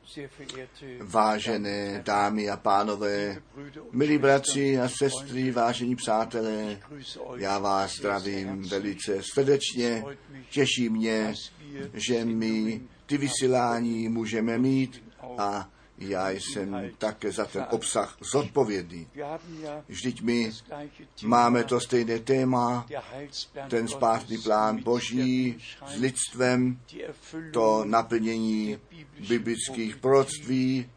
Vážené dámy a pánové, milí bratři a sestry, vážení přátelé, já vás zdravím velice srdečně, těší mě, že my ty vysílání můžeme mít a já jsem také za ten obsah zodpovědný. Vždyť my máme to stejné téma, ten spásný plán Boží s lidstvem, to naplnění biblických proroctví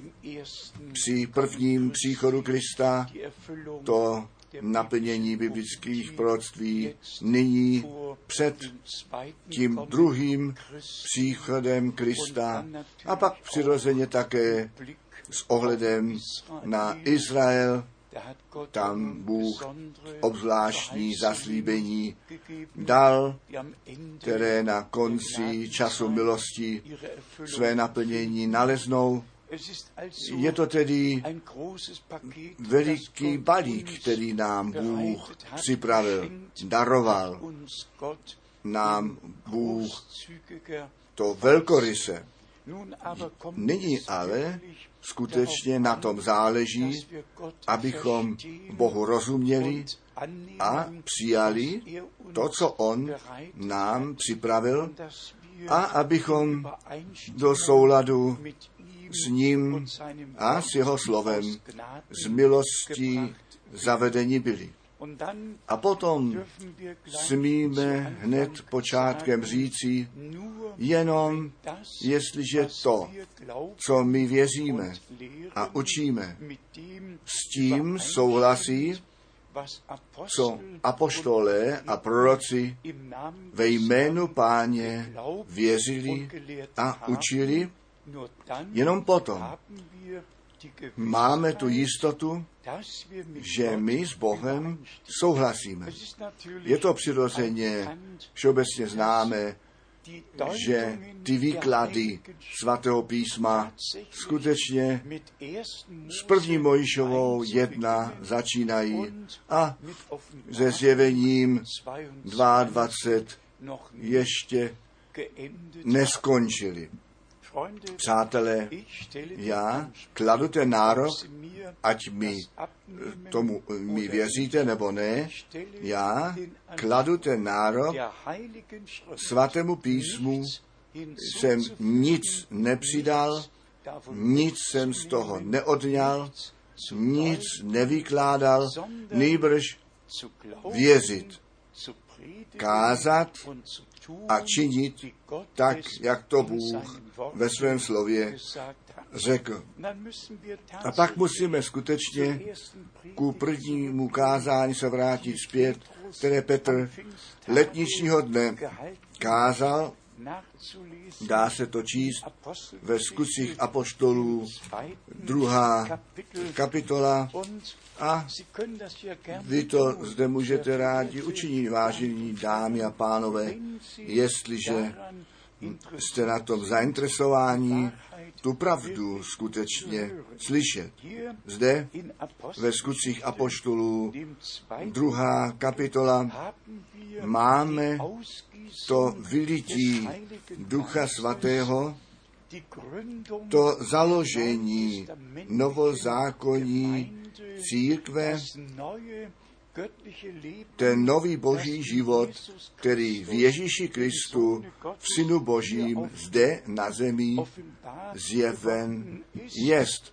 při prvním příchodu Krista, to naplnění biblických proroctví nyní před tím druhým příchodem Krista a pak přirozeně také s ohledem na Izrael. Tam Bůh obzvláštní zaslíbení dal, které na konci času milosti své naplnění naleznou. Je to tedy veliký balík, který nám Bůh připravil, daroval nám Bůh to velkoryse. Nyní ale skutečně na tom záleží, abychom Bohu rozuměli a přijali to, co On nám připravil, a abychom do souladu s ním a s jeho slovem z milostí zavedeni byli. A potom smíme hned počátkem říci, jenom jestliže to, co my věříme a učíme, s tím souhlasí, co apoštolé a proroci ve jménu Páně věřili a učili, jenom potom máme tu jistotu, že my s Bohem souhlasíme. Je to přirozeně všeobecně známé, že ty výklady svatého písma skutečně s první Mojžíšovou 1 začínají a se zjevením 22 ještě neskončili. Přátelé, já kladu ten nárok, ať mi věříte nebo ne, já kladu ten nárok, svatému písmu jsem nic nepřidal, nic jsem z toho neodňal, nic nevykládal, nýbrž věřit, kázat a činit tak, jak to Bůh ve svém slově řekl. A pak musíme skutečně ku prvnímu kázání se vrátit zpět, které Petr letničního dne kázal. Dá se to číst ve Skutcích apoštolů 2. kapitola a vy to zde můžete rádi učinit, vážení dámy a pánové, jestliže jste na tom zainteresováni, tu pravdu skutečně slyšet. Zde ve Skutcích apoštolů 2. kapitola máme to vylití Ducha Svatého, to založení novozákonní církve, ten nový boží život, který v Ježíši Kristu, v Synu Božím, zde na zemi zjeven jest.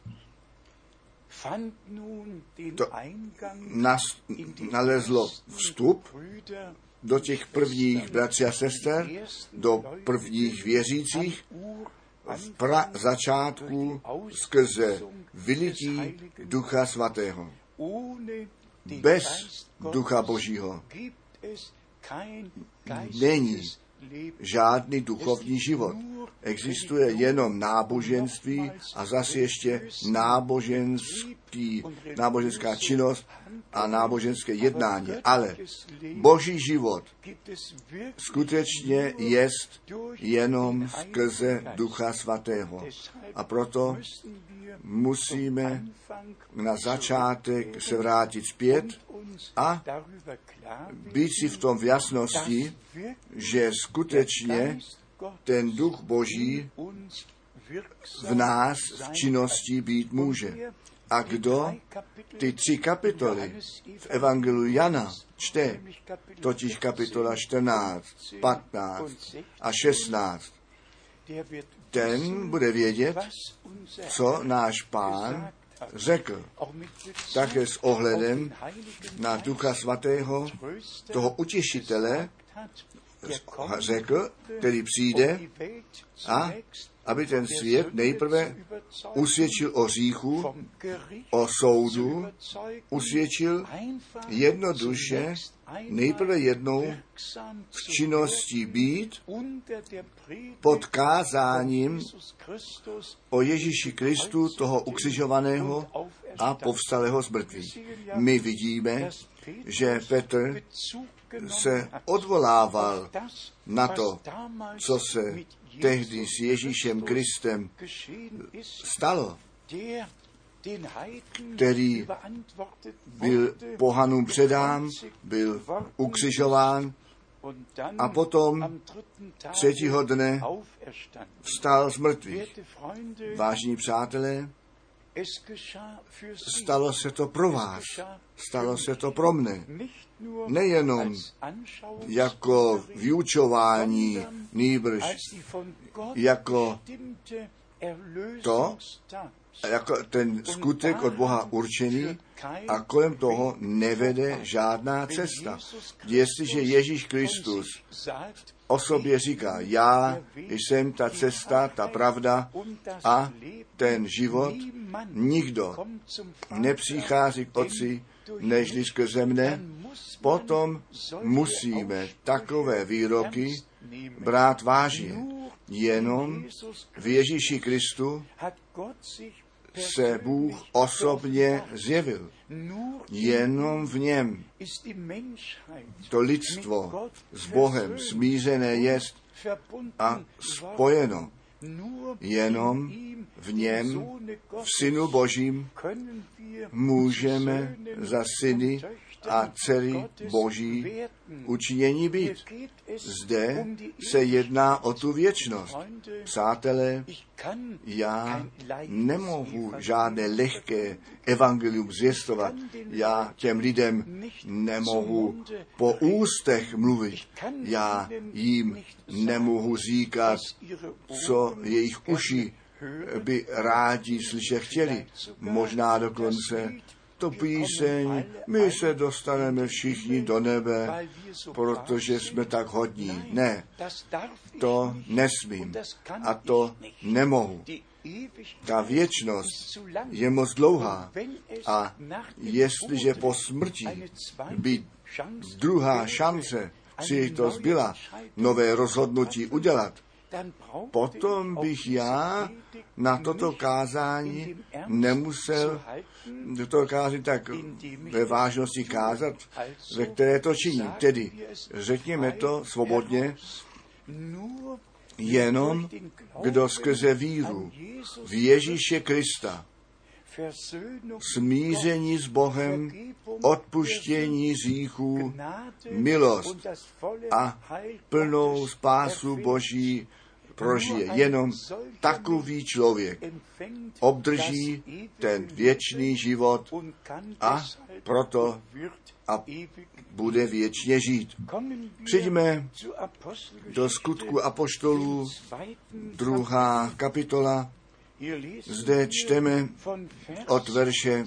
To nalezlo vstup do těch prvních bratří a sester, do prvních věřících, v začátku skrze vylití Ducha Svatého. Bez Ducha Božího není žádný duchovní život. Existuje jenom náboženství a zase ještě náboženská činnost a náboženské jednání. Ale Boží život skutečně jest jenom skrze Ducha Svatého. A proto musíme na začátek se vrátit zpět a být si v tom v jasnosti, že skutečně ten Duch Boží v nás v činnosti být může. A kdo ty 3 kapitoly v Evangeliu Jana čte, totiž kapitola 14, 15 a 16, ten bude vědět, co náš Pán řekl, také s ohledem na Ducha Svatého, toho utěšitele, řekl, který přijde a aby ten svět nejprve usvědčil o hříchu, o soudu, usvědčil jednoduše, nejprve jednou v činnosti být pod kázáním o Ježíši Kristu, toho ukřižovaného a povstalého z mrtvých. My vidíme, že Petr se odvolával na to, co se tehdy s Ježíšem Kristem stalo, který byl pohanům předán, byl ukřižován a potom 3. dne vstal z mrtvých. Vážení přátelé, stalo se to pro vás, stalo se to pro mne. Nejenom jako vyučování, nýbrž jako to, jako ten skutek od Boha určený a kolem toho nevede žádná cesta. Jestliže Ježíš Kristus o sobě říká, já jsem ta cesta, ta pravda a ten život, nikdo nepřichází k Otci, nežli skrze mne, potom musíme takové výroky brát vážně. Jenom v Ježíši Kristu se Bůh osobně zjevil. Jenom v něm to lidstvo s Bohem smířené jest a spojeno. Jenom v něm, v Synu Božím, můžeme za syny a dcery Boží učinění být. Zde se jedná o tu věčnost. Přátelé, já nemohu žádné lehké evangelium zvěstovat. Já těm lidem nemohu po ústech mluvit. Já jim nemohu říkat, co jejich uši by rádi slyšet chtěli. Možná dokonce to píseň, my se dostaneme všichni do nebe, protože jsme tak hodní. Ne, to nesmím a to nemohu. Ta věčnost je moc dlouhá a jestliže po smrti by druhá šance, příležitost byla nové rozhodnutí udělat, potom bych já na toto kázání nemusel toto kázání tak ve vážnosti kázat, ve které to činím. Tedy řekněme to svobodně, jenom kdo skrze víru v Ježíše Krista, smíření s Bohem, odpuštění hříchů, milost a plnou spásu Boží prožije. Jenom takový člověk obdrží ten věčný život a proto a bude věčně žít. Přijďme do Skutku apoštolů, 2. kapitola. Zde čteme od verše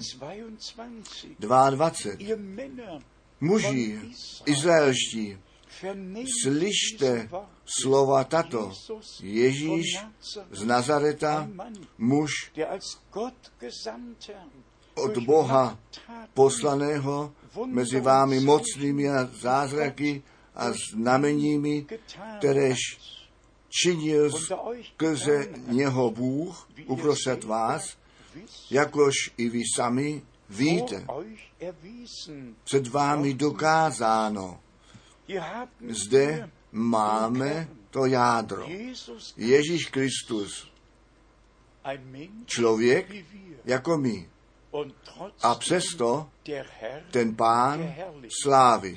22. Muži izraelští, slyšte slova tato. Ježíš z Nazareta, muž od Boha poslaného mezi vámi mocnými a zázraky a znameními, kteréž činil skrze něho Bůh uprostřed vás, jakož i vy sami víte. Před vámi dokázáno. Zde máme to jádro. Ježíš Kristus, člověk jako my. A přesto ten Pán slávy.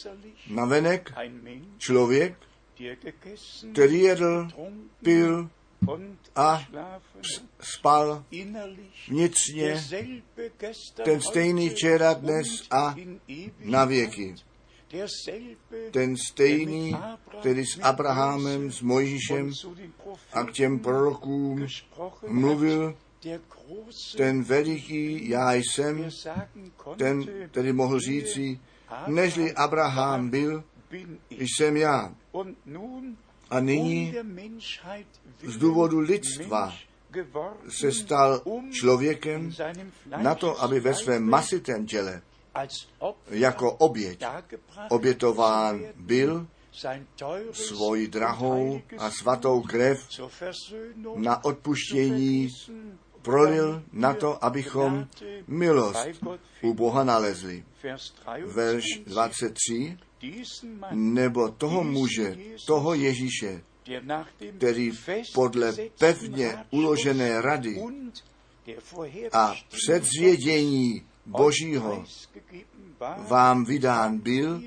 Navenek člověk, který jedl, pil a spal vnitřně ten stejný včera, dnes a na věky. Ten stejný, který s Abrahamem, s Mojžíšem a k těm prorokům mluvil, ten veliký já jsem, ten, který mohl říci, nežli Abraham byl, jsem já. A nyní z důvodu lidstva se stal člověkem na to, aby ve svém masitém těle jako oběť obětován byl, svoji drahou a svatou krev na odpuštění prolil na to, abychom milost u Boha nalezli. Verš 23, nebo toho muže, toho Ježíše, který podle pevně uložené rady a předzvědění Božího vám vydán byl,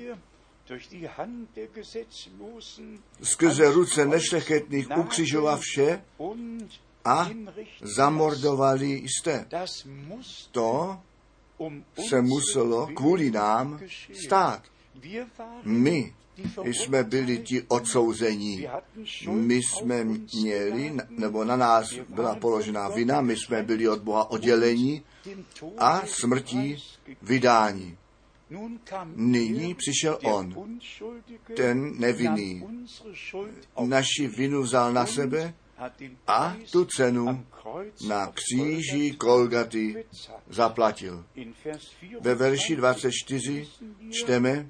skrze ruce nešlechetných ukřižoval vše a zamordovali jste. To se muselo kvůli nám stát. My jsme byli ti odsouzení. My jsme měli, nebo na nás byla položena vina, my jsme byli od Boha odděleni a smrtí vydání. Nyní přišel on, ten nevinný. Naši vinu vzal na sebe a tu cenu na kříži Golgaty zaplatil. Ve verši 24 čteme,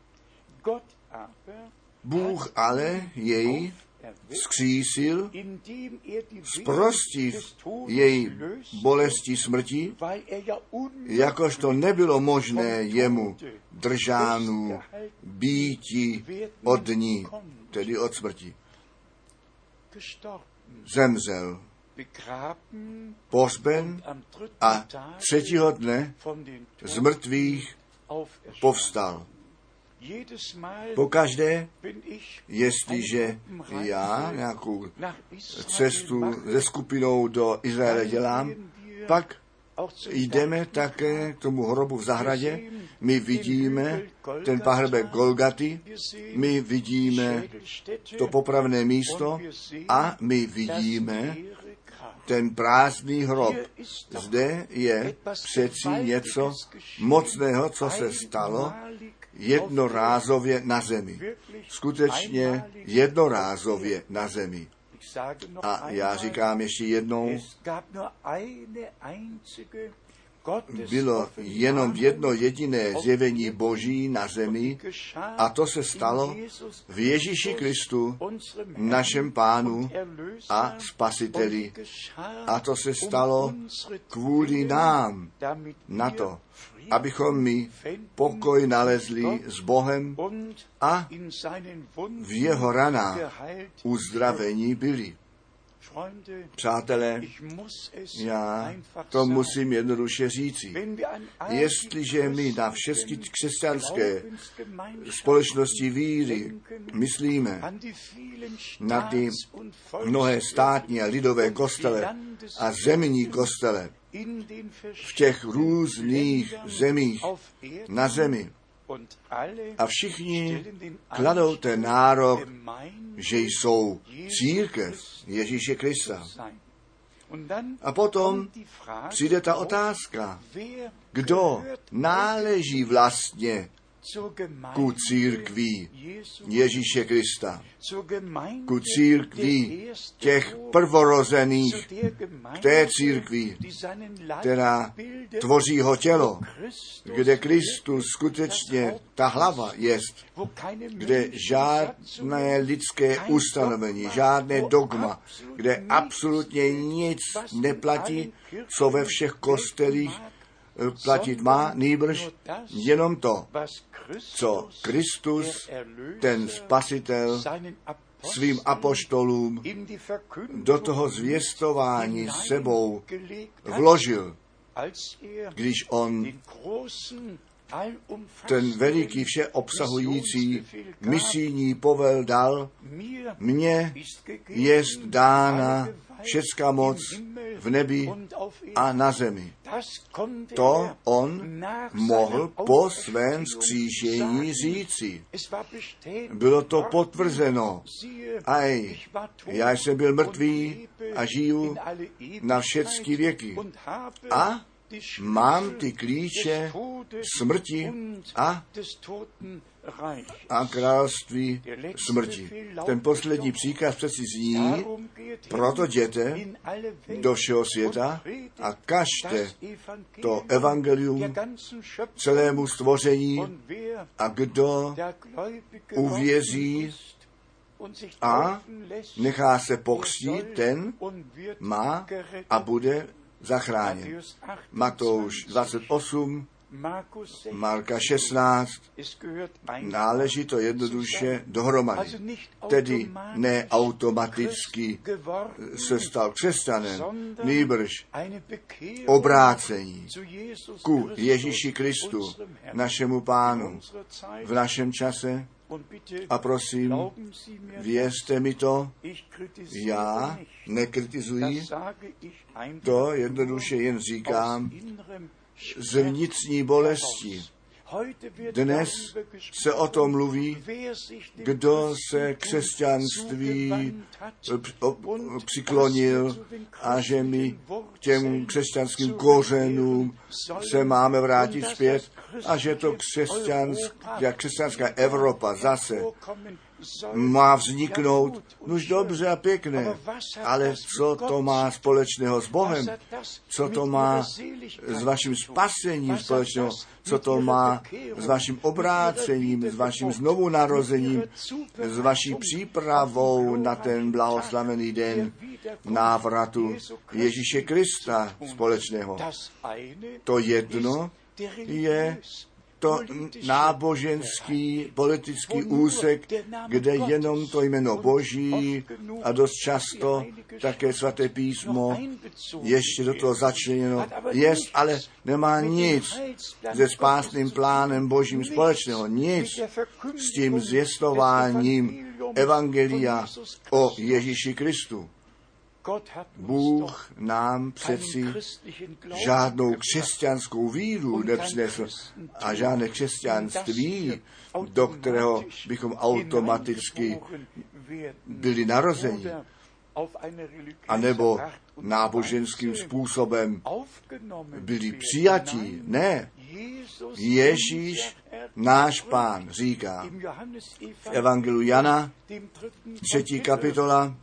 Bůh ale jej vzkřísil, zprostiv její bolesti smrti, jakož to nebylo možné jemu držánu býti od ní, tedy od smrti. Zemřel, pohřben a třetího dne z mrtvých povstal. Pokaždé, jestliže já nějakou cestu se skupinou do Izraele dělám, pak jdeme také k tomu hrobu v zahradě, my vidíme ten pahrbek Golgaty, my vidíme to popravné místo a my vidíme ten prázdný hrob. Zde je přeci něco mocného, co se stalo jednorázově na zemi. Skutečně jednorázově na zemi. A já říkám ještě jednou, bylo jenom jedno jediné zjevení Boží na zemi a to se stalo v Ježíši Kristu, našem Pánu a Spasiteli. A to se stalo kvůli nám, na to, abychom my pokoj nalezli s Bohem a v jeho ranách uzdravení byli. Přátelé, já to musím jednoduše říci. Jestliže my na všechny křesťanské společnosti víry myslíme na ty mnohé státní a lidové kostele a zemní kostele v těch různých zemích na zemi, a všichni kladou ten nárok, že jsou církev Ježíše Krista. A potom přijde ta otázka, kdo náleží vlastně ku církvi Ježíše Krista, ku církvi těch prvorozených, k té církvi, která tvoří jeho tělo, kde Kristus skutečně ta hlava jest, kde žádné lidské ustanovení, žádné dogma, kde absolutně nic neplatí, co ve všech kostelích platit má, nýbrž jenom to, co Kristus, ten Spasitel, svým apoštolům do toho zvěstování sebou vložil, když on ten veliký všeobsahující misijní povel dal, mně jest dána všecká moc v nebi a na zemi. To on mohl po svém vzkříšení říci. Bylo to potvrzeno. Aj, já jsem byl mrtvý a žiju na všechny věky. A mám ty klíče smrti a království smrti. Ten poslední příkaz přeci zní, proto jděte do všeho světa a kažte to evangelium celému stvoření a kdo uvěří a nechá se pokřtít, ten má a bude zachráněn. Matouš 28, Marka 16, náleží to jednoduše dohromady. Tedy ne automaticky se stal křesťanem, nýbrž obrácení ku Ježíši Kristu, našemu Pánu, v našem čase. A prosím, věřte mi to, já nekritizuji, to jednoduše jen říkám z vnitřní bolesti. Dnes se o tom mluví, kdo se křesťanství přiklonil a že my těm křesťanským kořenům se máme vrátit zpět a že to křesťanská Evropa zase má vzniknout. Nož dobře a pěkné, ale co to má společného s Bohem? Co to má s vaším spasením společného? Co to má s vaším obrácením, s vaším znovunarozením, s vaší přípravou na ten blahoslavený den návratu Ježíše Krista společného? To jedno je to náboženský, politický úsek, kde jenom to jméno Boží a dost často také svaté písmo ještě do toho začleněno jest, ale nemá nic se spásným plánem Božím společného, nic s tím zvěstováním evangelia o Ježíši Kristu. Bůh nám přeci žádnou křesťanskou víru nepřinesl a žádné křesťanství, do kterého bychom automaticky byli narozeni, anebo náboženským způsobem byli přijatí. Ne, Ježíš, náš Pán, říká v Evangeliu Jana, 3. kapitola,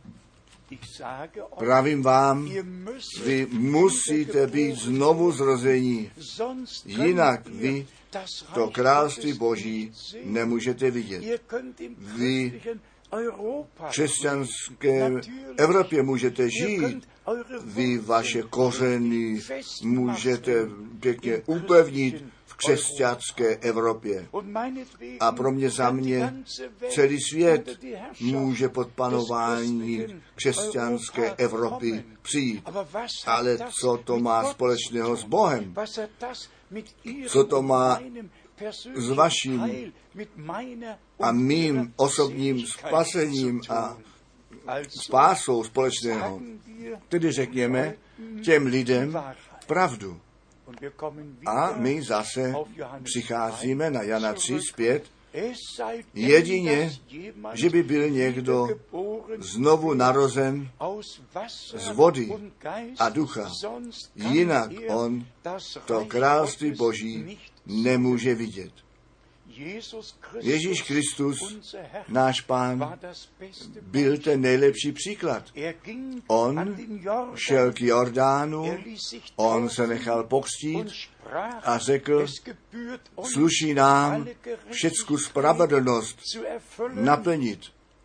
pravím vám, vy musíte být znovu zrození, jinak vy to království Boží nemůžete vidět. Vy v křesťanské Evropě můžete žít, vy vaše kořeny můžete pěkně upevnit v křesťanské Evropě. A pro mě, za mě, celý svět může pod panování křesťanské Evropy přijít. Ale co to má společného s Bohem? Co to má s vaším a mým osobním spasením a spásou společného? Tedy řekněme těm lidem pravdu. A my zase přicházíme na Jana 3:5. Jedině, že by byl někdo znovu narozen z vody a ducha, jinak on to království Boží nemůže vidět. Ježíš Kristus, náš Pán, byl ten nejlepší příklad. On šel k Jordánu, on se nechal pokřtít a řekl, sluší nám všecku spravedlnost naplnit.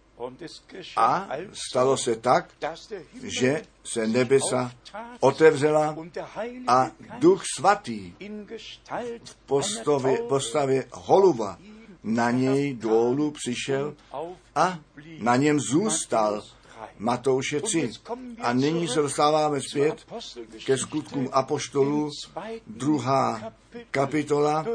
A stalo se tak, že se nebesa otevřela a Duch Svatý v postavě holuba na něj dolů přišel a na něm zůstal. Matouše 3. A nyní se dostáváme zpět ke skutkům apoštolů, 2. kapitola,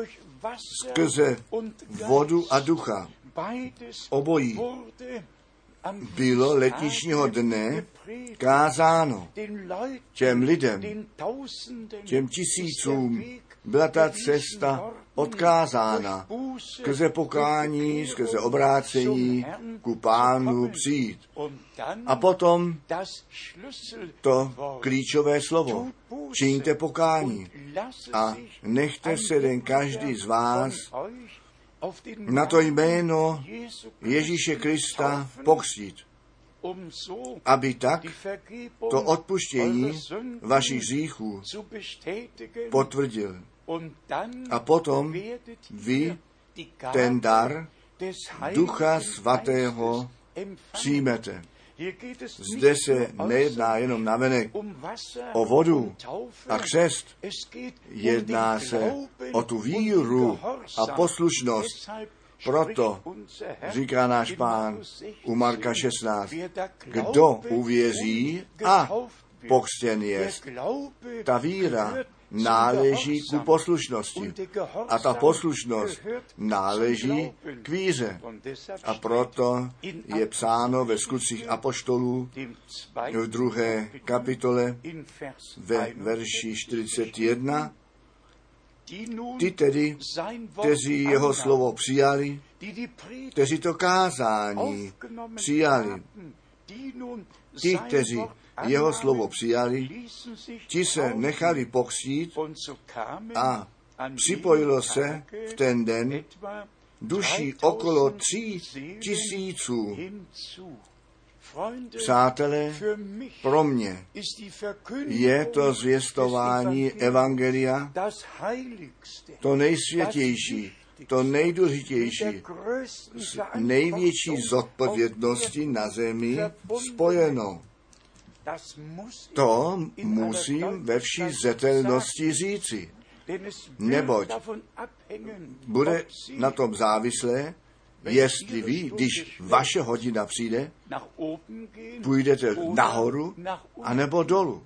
skrze vodu a ducha. Obojí bylo letničního dne kázáno těm lidem, těm tisícům. Byla ta cesta odkázána skrze pokání, skrze obrácení ku Pánu přijít. A potom to klíčové slovo. Čiňte pokání a nechte se den každý z vás na to jméno Ježíše Krista pokřtít, aby tak to odpuštění vašich hříchů potvrdil. A potom vy ten dar Ducha Svatého přijmete. Zde se nejedná jenom navenek o vodu a křest, jedná se o tu víru a poslušnost. Proto říká náš Pán u Marka 16, kdo uvěří a pokřtěn jest. Ta víra náleží ku poslušnosti a ta poslušnost náleží k víře. A proto je psáno ve Skutcích apoštolů v 2. kapitole ve verši 41, ty tedy, kteří jeho slovo přijali, kteří to kázání přijali, ti, kteří jeho slovo přijali, ti se nechali pokřtít a připojilo se v ten den duší okolo 3 000. Přátelé, pro mě je to zvěstování evangelia to nejsvětější, to nejdůležitější, s největší zodpovědností na zemi spojeno. To musím ve vší zřetelnosti říci, neboť bude na tom závislé, jestli vy, když vaše hodina přijde, půjdete nahoru anebo dolů.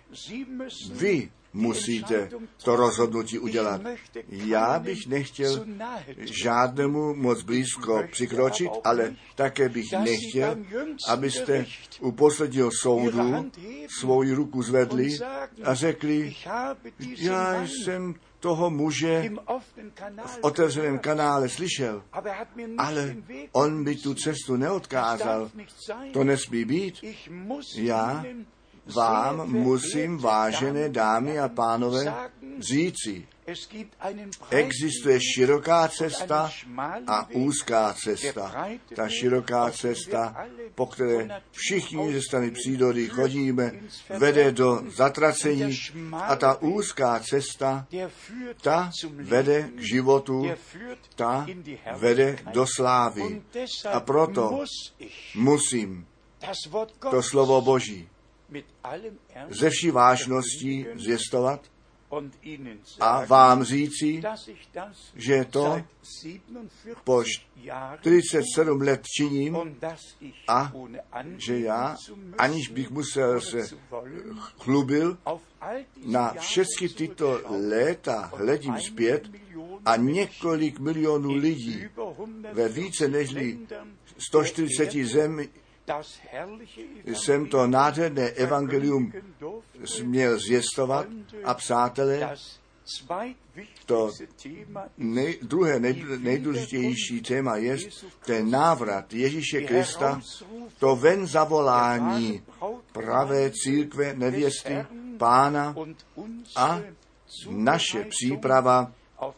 Vy musíte to rozhodnutí udělat. Já bych nechtěl žádnému moc blízko přikročit, ale také bych nechtěl, abyste u posledního soudu svou ruku zvedli a řekli, já jsem toho muže v otevřeném kanále slyšel, ale on by tu cestu neodkázal. To nesmí být. Já vám musím, vážené dámy a pánové, říci, existuje široká cesta a úzká cesta. Ta široká cesta, po které všichni ze strany přírody chodíme, vede do zatracení a ta úzká cesta, ta vede k životu, ta vede do slávy. A proto musím to slovo Boží ze vší vážností zvěstovat a vám říci, že to po 47 let činím a že já, aniž bych musel se chlubil, na všechny tyto léta hledím zpět a několik milionů lidí ve více než 140 zemí jsem to nádherné evangelium směl zvěstovat a přátelé, to druhé nejdůležitější téma je ten návrat Ježíše Krista, to ven zavolání pravé církve nevěsty Pána a naše příprava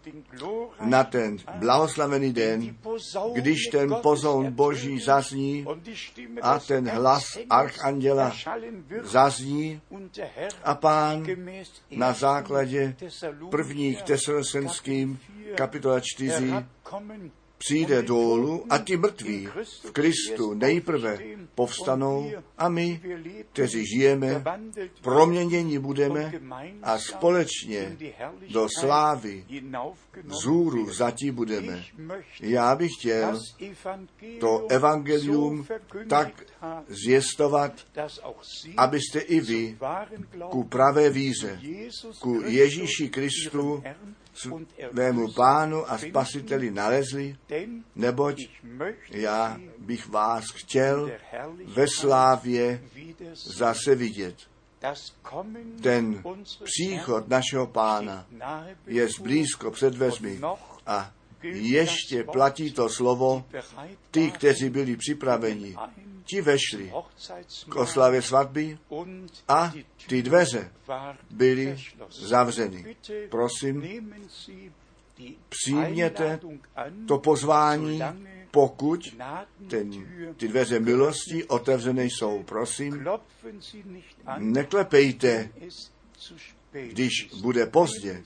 na ten blahoslavený den, když ten pozoun Boží zazní a ten hlas archanděla zazní a Pán na základě prvních Tesalonickým kapitola 4 přijde dolů a ti mrtví v Kristu nejprve povstanou a my, kteří žijeme, proměněni budeme a společně do slávy vzhůru vzati budeme. Já bych chtěl to evangelium tak zvěstovat, abyste i vy ku pravé víře, ku Ježíši Kristu, svému Pánu a Spasiteli nalezli, neboť já bych vás chtěl ve slávě zase vidět. Ten příchod našeho Pána je blízko před dveřmi a ještě platí to slovo, ty, kteří byli připraveni, ti vešli k oslavě svatby a ty dveře byly zavřeny. Prosím, přijměte to pozvání, pokud ty dveře milosti otevřené jsou. Prosím, neklepejte, když bude pozdě.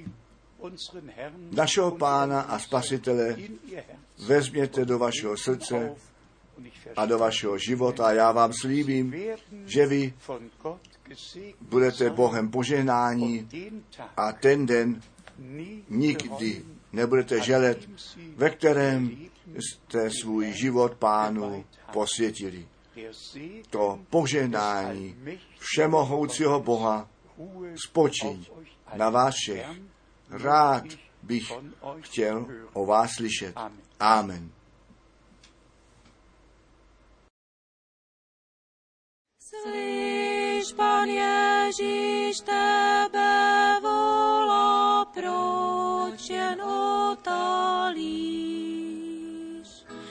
Našeho Pána a Spasitele vezměte do vašeho srdce a do vašeho života. Já vám slíbím, že vy budete Bohem požehnání a ten den nikdy nebudete želet, ve kterém jste svůj život Pánu posvětili. To požehnání všemohoucího Boha spočiň na vás všech. Rád bych chtěl o vás slyšet. Amen. Slyš, Pán Ježíš, tebe volá, proč jen otálíš?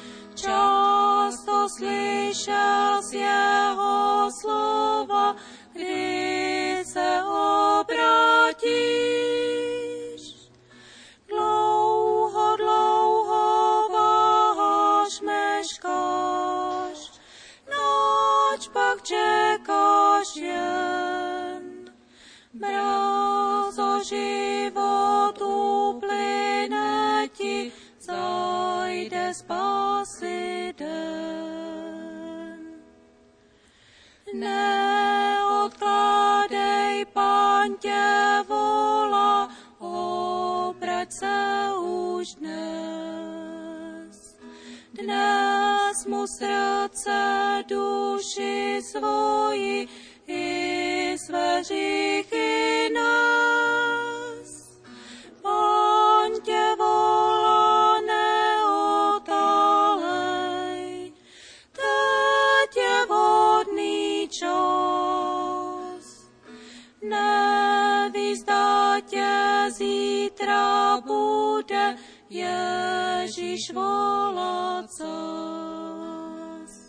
Často slyšel z jeho slova, kdy se obrátíš. Dlouho, dlouho váháš, meškáš, noč pak čekáš jen. Brzo život uplyne ti, zajde spásy den. Neodkládej, Pán tě volá, obrať se už dnes. Dnes mu srdce, duši svoji i své hříchy nes. Pán tě volá, neotálej, teď je vhodný čas. Neví, zda tě zítra bude Ježíš volat zas.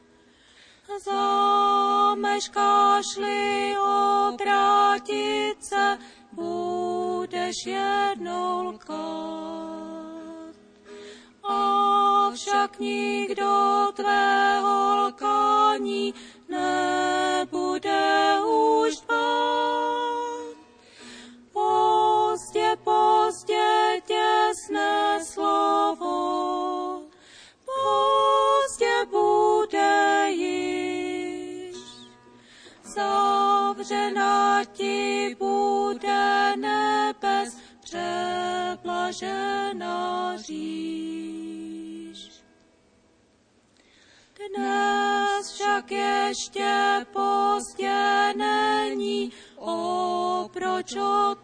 Zameškáš-li obrátit se, budeš jednou lkát. Avšak nikdo tvého lkání nebude už dbát. Pozdě, pozdě těsné slovo, pozdě bude již. Zavřena ti bude nebes přeblažená říš. Dnes však ještě pozdě není, proč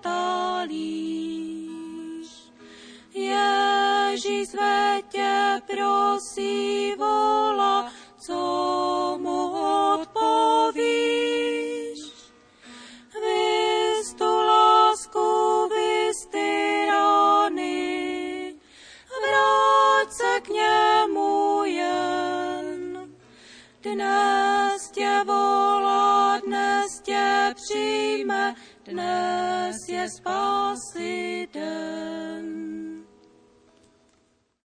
otálíš? Ježíš zve tě, prosí, volá, co mu odpovíš? Vys tu lásku, vys ty rany, vrať se k němu jen. Dnes tě volá, dnes tě přijme, dnes je spásy den.